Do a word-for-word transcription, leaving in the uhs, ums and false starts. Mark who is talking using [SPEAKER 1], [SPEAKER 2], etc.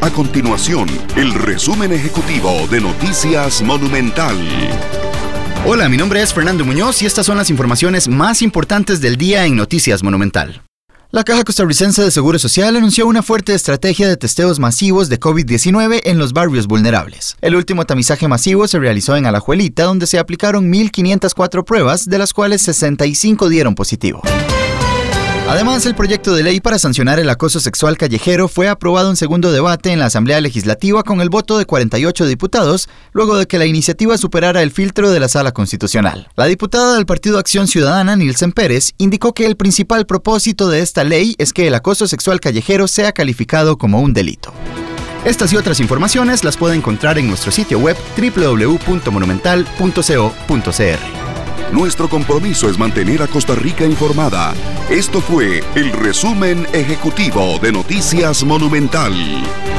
[SPEAKER 1] A continuación, el resumen ejecutivo de Noticias Monumental.
[SPEAKER 2] Hola, mi nombre es Fernando Muñoz y estas son las informaciones más importantes del día en Noticias Monumental. La Caja Costarricense de Seguro Social anunció una fuerte estrategia de testeos masivos de COVID diecinueve en los barrios vulnerables. El último tamizaje masivo se realizó en Alajuelita, donde se aplicaron mil quinientas cuatro pruebas, de las cuales sesenta y cinco dieron positivo. Además, el proyecto de ley para sancionar el acoso sexual callejero fue aprobado en segundo debate en la Asamblea Legislativa con el voto de cuarenta y ocho diputados, luego de que la iniciativa superara el filtro de la Sala Constitucional. La diputada del Partido Acción Ciudadana, Nilsen Pérez, indicó que el principal propósito de esta ley es que el acoso sexual callejero sea calificado como un delito. Estas y otras informaciones las puede encontrar en nuestro sitio web doble u doble u doble u punto monumental punto co punto c r.
[SPEAKER 1] Nuestro compromiso es mantener a Costa Rica informada. Esto fue el resumen ejecutivo de Noticias Monumental.